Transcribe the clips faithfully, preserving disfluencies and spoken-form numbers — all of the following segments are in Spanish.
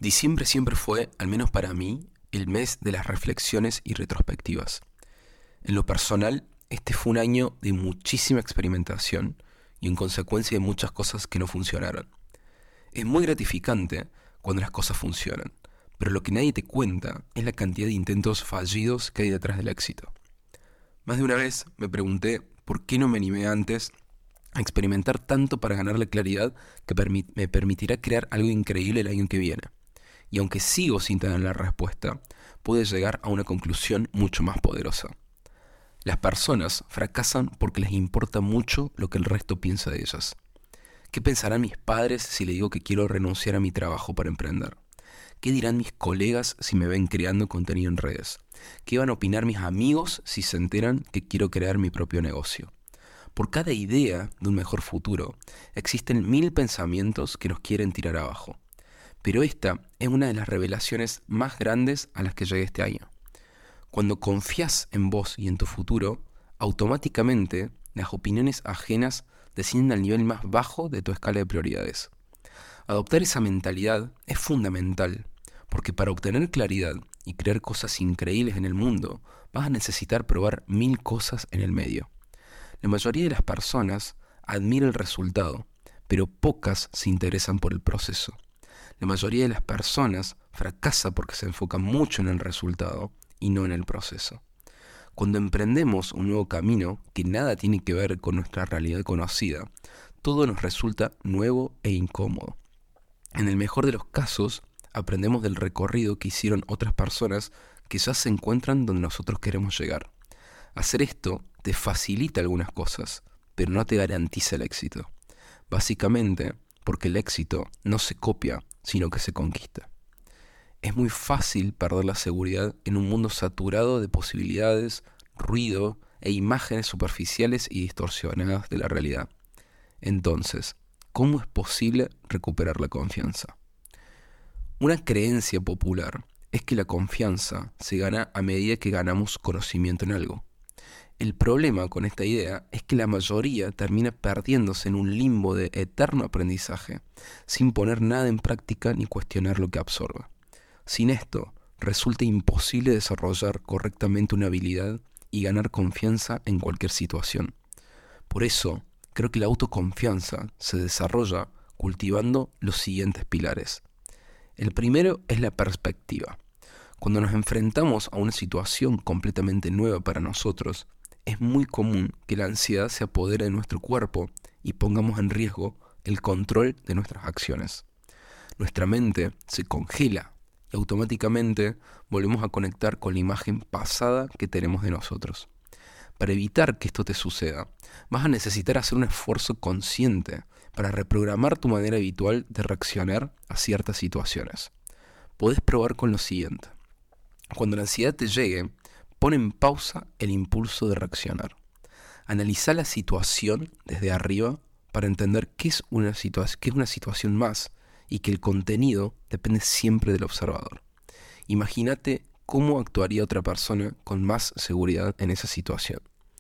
Diciembre siempre fue, al menos para mí, el mes de las reflexiones y retrospectivas. En lo personal, este fue un año de muchísima experimentación y en consecuencia de muchas cosas que no funcionaron. Es muy gratificante cuando las cosas funcionan, pero lo que nadie te cuenta es la cantidad de intentos fallidos que hay detrás del éxito. Más de una vez me pregunté por qué no me animé antes a experimentar tanto para ganar la claridad que permi- me permitirá crear algo increíble el año que viene. Y aunque sigo sin tener la respuesta, pude llegar a una conclusión mucho más poderosa. Las personas fracasan porque les importa mucho lo que el resto piensa de ellas. ¿Qué pensarán mis padres si les digo que quiero renunciar a mi trabajo para emprender? ¿Qué dirán mis colegas si me ven creando contenido en redes? ¿Qué van a opinar mis amigos si se enteran que quiero crear mi propio negocio? Por cada idea de un mejor futuro, existen mil pensamientos que nos quieren tirar abajo. Pero esta es una de las revelaciones más grandes a las que llegué este año. Cuando confías en vos y en tu futuro, automáticamente las opiniones ajenas descienden al nivel más bajo de tu escala de prioridades. Adoptar esa mentalidad es fundamental, porque para obtener claridad y crear cosas increíbles en el mundo, vas a necesitar probar mil cosas en el medio. La mayoría de las personas admira el resultado, pero pocas se interesan por el proceso. La mayoría de las personas fracasa porque se enfocan mucho en el resultado y no en el proceso. Cuando emprendemos un nuevo camino que nada tiene que ver con nuestra realidad conocida, todo nos resulta nuevo e incómodo. En el mejor de los casos, aprendemos del recorrido que hicieron otras personas que ya se encuentran donde nosotros queremos llegar. Hacer esto te facilita algunas cosas, pero no te garantiza el éxito. Básicamente, porque el éxito no se copia, sino que se conquista. Es muy fácil perder la seguridad en un mundo saturado de posibilidades, ruido e imágenes superficiales y distorsionadas de la realidad. Entonces, ¿cómo es posible recuperar la confianza? Una creencia popular es que la confianza se gana a medida que ganamos conocimiento en algo. El problema con esta idea es que la mayoría termina perdiéndose en un limbo de eterno aprendizaje, sin poner nada en práctica ni cuestionar lo que absorbe. Sin esto, resulta imposible desarrollar correctamente una habilidad y ganar confianza en cualquier situación. Por eso, creo que la autoconfianza se desarrolla cultivando los siguientes pilares. El primero es la perspectiva. Cuando nos enfrentamos a una situación completamente nueva para nosotros, es muy común que la ansiedad se apodere de nuestro cuerpo y pongamos en riesgo el control de nuestras acciones. Nuestra mente se congela y automáticamente volvemos a conectar con la imagen pasada que tenemos de nosotros. Para evitar que esto te suceda, vas a necesitar hacer un esfuerzo consciente para reprogramar tu manera habitual de reaccionar a ciertas situaciones. Podés probar con lo siguiente. Cuando la ansiedad te llegue, pon en pausa el impulso de reaccionar. Analiza la situación desde arriba para entender qué es una situa- qué es una situación más y que el contenido depende siempre del observador. Imagínate cómo actuaría otra persona con más seguridad en esa situación.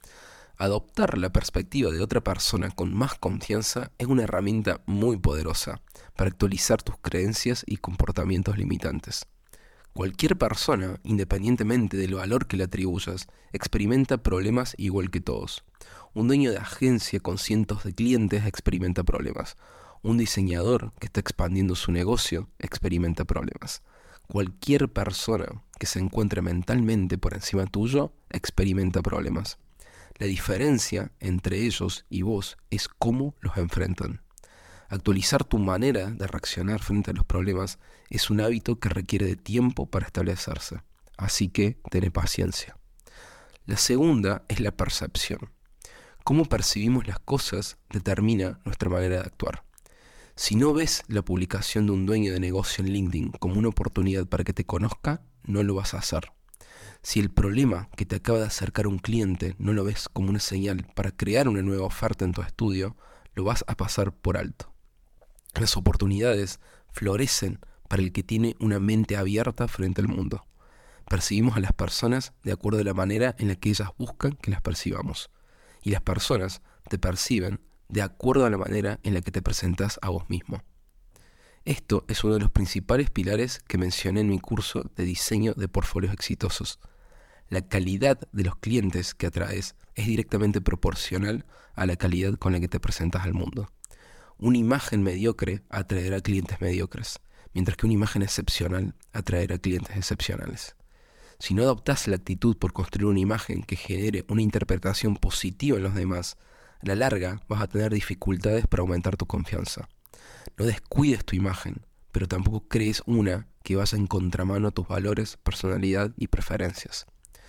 Adoptar la perspectiva de otra persona con más confianza es una herramienta muy poderosa para actualizar tus creencias y comportamientos limitantes. Cualquier persona, independientemente del valor que le atribuyas, experimenta problemas igual que todos. Un dueño de agencia con cientos de clientes experimenta problemas. Un diseñador que está expandiendo su negocio experimenta problemas. Cualquier persona que se encuentre mentalmente por encima tuyo experimenta problemas. La diferencia entre ellos y vos es cómo los enfrentan. Actualizar tu manera de reaccionar frente a los problemas es un hábito que requiere de tiempo para establecerse, así que ten paciencia. La segunda es la percepción. Cómo percibimos las cosas determina nuestra manera de actuar. Si no ves la publicación de un dueño de negocio en LinkedIn como una oportunidad para que te conozca, no lo vas a hacer. Si el problema que te acaba de acercar un cliente no lo ves como una señal para crear una nueva oferta en tu estudio, lo vas a pasar por alto. Las oportunidades florecen para el que tiene una mente abierta frente al mundo. Percibimos a las personas de acuerdo a la manera en la que ellas buscan que las percibamos. Y las personas te perciben de acuerdo a la manera en la que te presentas a vos mismo. Esto es uno de los principales pilares que mencioné en mi curso de diseño de portfolios exitosos. La calidad de los clientes que atraes es directamente proporcional a la calidad con la que te presentas al mundo. Una imagen mediocre atraerá clientes mediocres, mientras que una imagen excepcional atraerá clientes excepcionales. Si no adoptas la actitud por construir una imagen que genere una interpretación positiva en los demás, a la larga vas a tener dificultades para aumentar tu confianza. No descuides tu imagen, pero tampoco crees una que vaya en contramano a tus valores, personalidad y preferencias.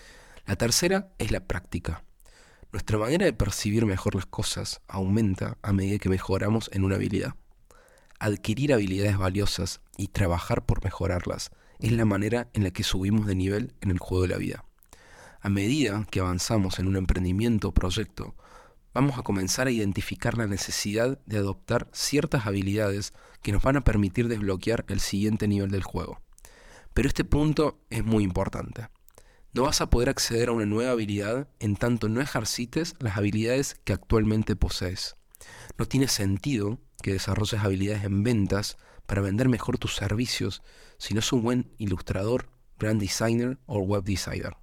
La tercera es la práctica. Nuestra manera de percibir mejor las cosas aumenta a medida que mejoramos en una habilidad. Adquirir habilidades valiosas y trabajar por mejorarlas es la manera en la que subimos de nivel en el juego de la vida. A medida que avanzamos en un emprendimiento o proyecto, vamos a comenzar a identificar la necesidad de adoptar ciertas habilidades que nos van a permitir desbloquear el siguiente nivel del juego. Pero este punto es muy importante. No vas a poder acceder a una nueva habilidad en tanto no ejercites las habilidades que actualmente posees. No tiene sentido que desarrolles habilidades en ventas para vender mejor tus servicios si no sos un buen ilustrador, brand designer o web designer.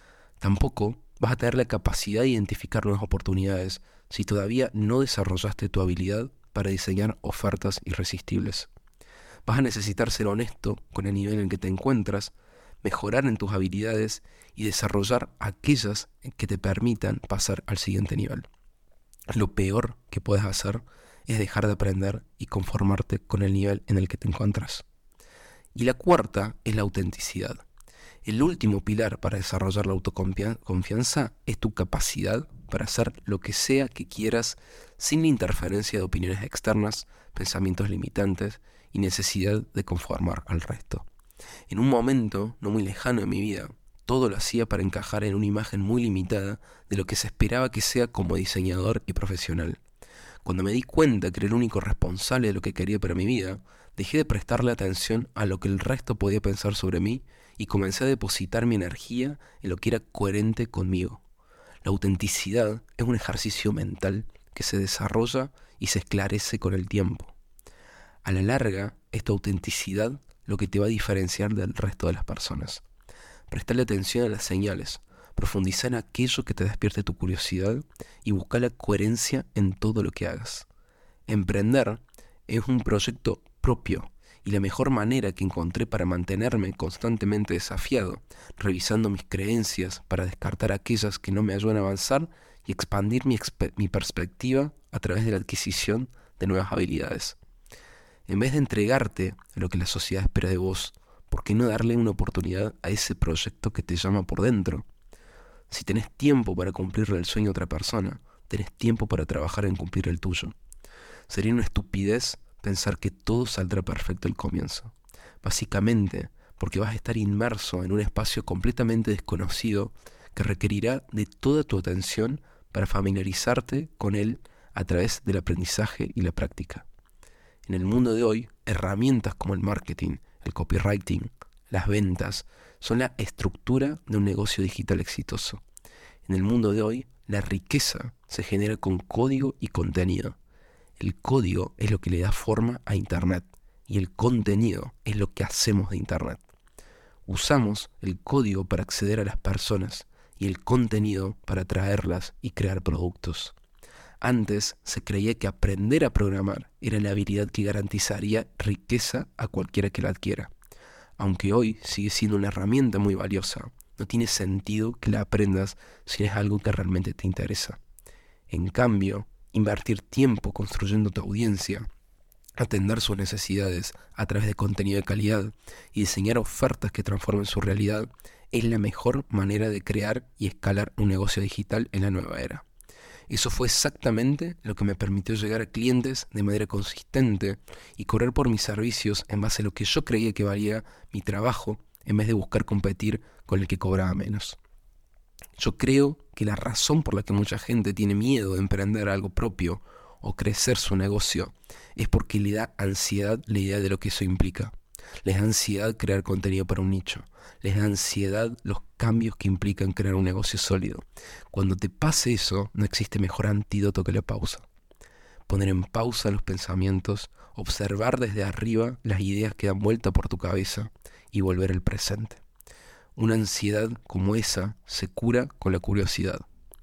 Tampoco vas a tener la capacidad de identificar nuevas oportunidades si todavía no desarrollaste tu habilidad para diseñar ofertas irresistibles. Vas a necesitar ser honesto con el nivel en el que te encuentras, mejorar en tus habilidades y desarrollar aquellas que te permitan pasar al siguiente nivel. Lo peor que puedes hacer es dejar de aprender y conformarte con el nivel en el que te encuentras. Y la cuarta es la autenticidad. El último pilar para desarrollar la autoconfianza es tu capacidad para hacer lo que sea que quieras sin la interferencia de opiniones externas, pensamientos limitantes y necesidad de conformar al resto. En un momento no muy lejano de mi vida, todo lo hacía para encajar en una imagen muy limitada de lo que se esperaba que sea como diseñador y profesional. Cuando me di cuenta que era el único responsable de lo que quería para mi vida, dejé de prestarle atención a lo que el resto podía pensar sobre mí y comencé a depositar mi energía en lo que era coherente conmigo. La autenticidad es un ejercicio mental que se desarrolla y se esclarece con el tiempo. A la larga, esta autenticidad lo que te va a diferenciar del resto de las personas. Prestale atención a las señales, profundiza en aquello que te despierte tu curiosidad y busca la coherencia en todo lo que hagas. Emprender es un proyecto propio y la mejor manera que encontré para mantenerme constantemente desafiado, revisando mis creencias para descartar aquellas que no me ayudan a avanzar y expandir mi, exp- mi perspectiva a través de la adquisición de nuevas habilidades. En vez de entregarte a lo que la sociedad espera de vos, ¿por qué no darle una oportunidad a ese proyecto que te llama por dentro? Si tenés tiempo para cumplirle el sueño a otra persona, tenés tiempo para trabajar en cumplir el tuyo. Sería una estupidez pensar que todo saldrá perfecto al comienzo. Básicamente, porque vas a estar inmerso en un espacio completamente desconocido que requerirá de toda tu atención para familiarizarte con él a través del aprendizaje y la práctica. En el mundo de hoy, herramientas como el marketing, el copywriting, las ventas, son la estructura de un negocio digital exitoso. En el mundo de hoy, la riqueza se genera con código y contenido. El código es lo que le da forma a Internet y el contenido es lo que hacemos de Internet. Usamos el código para acceder a las personas y el contenido para atraerlas y crear productos. Antes se creía que aprender a programar era la habilidad que garantizaría riqueza a cualquiera que la adquiera. Aunque hoy sigue siendo una herramienta muy valiosa, no tiene sentido que la aprendas si es algo que realmente te interesa. En cambio, invertir tiempo construyendo tu audiencia, atender sus necesidades a través de contenido de calidad y diseñar ofertas que transformen su realidad es la mejor manera de crear y escalar un negocio digital en la nueva era. Eso fue exactamente lo que me permitió llegar a clientes de manera consistente y cobrar por mis servicios en base a lo que yo creía que valía mi trabajo en vez de buscar competir con el que cobraba menos. Yo creo que la razón por la que mucha gente tiene miedo de emprender algo propio o crecer su negocio es porque le da ansiedad la idea de lo que eso implica. Les da ansiedad crear contenido para un nicho. Les da ansiedad los cambios que implican crear un negocio sólido. Cuando te pase eso, no existe mejor antídoto que la pausa. Poner en pausa los pensamientos, observar desde arriba las ideas que dan vuelta por tu cabeza y volver al presente. Una ansiedad como esa se cura con la curiosidad.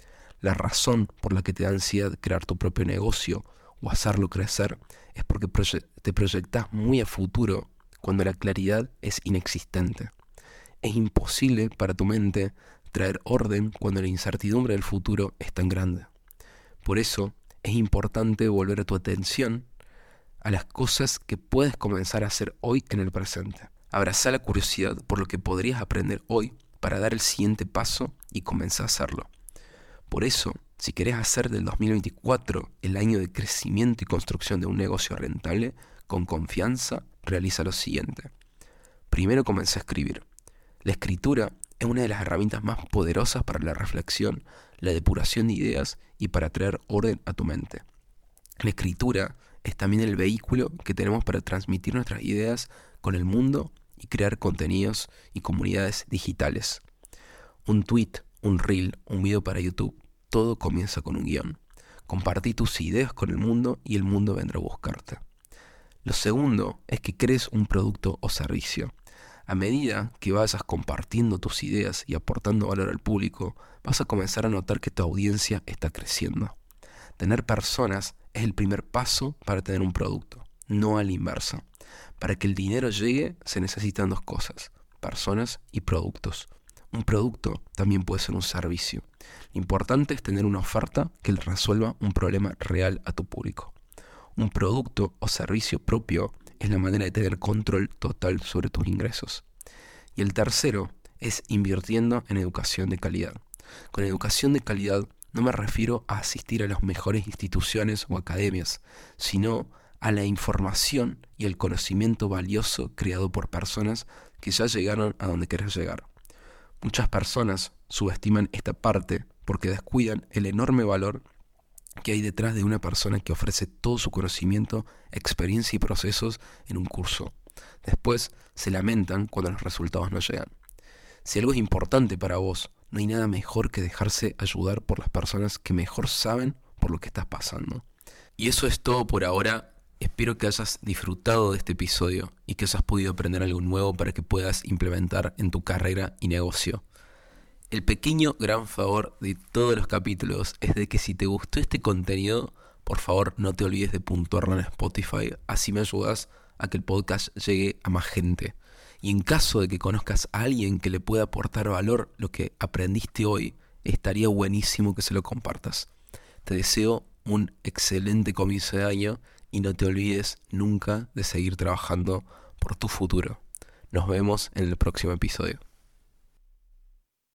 La razón por la que te da ansiedad crear tu propio negocio o hacerlo crecer es porque proye- te proyectas muy a futuro cuando la claridad es inexistente. Es imposible para tu mente traer orden cuando la incertidumbre del futuro es tan grande. Por eso es importante volver tu atención a las cosas que puedes comenzar a hacer hoy en el presente. Abraza la curiosidad por lo que podrías aprender hoy para dar el siguiente paso y comenzar a hacerlo. Por eso, si querés hacer del dos mil veinticuatro el año de crecimiento y construcción de un negocio rentable, con confianza, realiza lo siguiente. Primero comienza a escribir. La escritura es una de las herramientas más poderosas para la reflexión, la depuración de ideas y para traer orden a tu mente. La escritura es también el vehículo que tenemos para transmitir nuestras ideas con el mundo y crear contenidos y comunidades digitales. Un tweet, un reel, un video para YouTube, todo comienza con un guión. Compartí tus ideas con el mundo y el mundo vendrá a buscarte. Lo segundo es que crees un producto o servicio. A medida que vayas compartiendo tus ideas y aportando valor al público, vas a comenzar a notar que tu audiencia está creciendo. Tener personas es el primer paso para tener un producto, no a la inversa. Para que el dinero llegue se necesitan dos cosas, personas y productos. Un producto también puede ser un servicio. Lo importante es tener una oferta que le resuelva un problema real a tu público. Un producto o servicio propio es la manera de tener control total sobre tus ingresos. Y el tercero es invirtiendo en educación de calidad. Con educación de calidad no me refiero a asistir a las mejores instituciones o academias, sino a la información y el conocimiento valioso creado por personas que ya llegaron a donde querés llegar. Muchas personas subestiman esta parte porque descuidan el enorme valor que hay detrás de una persona que ofrece todo su conocimiento, experiencia y procesos en un curso. Después se lamentan cuando los resultados no llegan. Si algo es importante para vos, no hay nada mejor que dejarse ayudar por las personas que mejor saben por lo que estás pasando. Y eso es todo por ahora. Espero que hayas disfrutado de este episodio y que hayas podido aprender algo nuevo para que puedas implementar en tu carrera y negocio. El pequeño gran favor de todos los capítulos es de que si te gustó este contenido, por favor no te olvides de puntuarlo en Spotify, así me ayudas a que el podcast llegue a más gente. Y en caso de que conozcas a alguien que le pueda aportar valor lo que aprendiste hoy, estaría buenísimo que se lo compartas. Te deseo un excelente comienzo de año y no te olvides nunca de seguir trabajando por tu futuro. Nos vemos en el próximo episodio.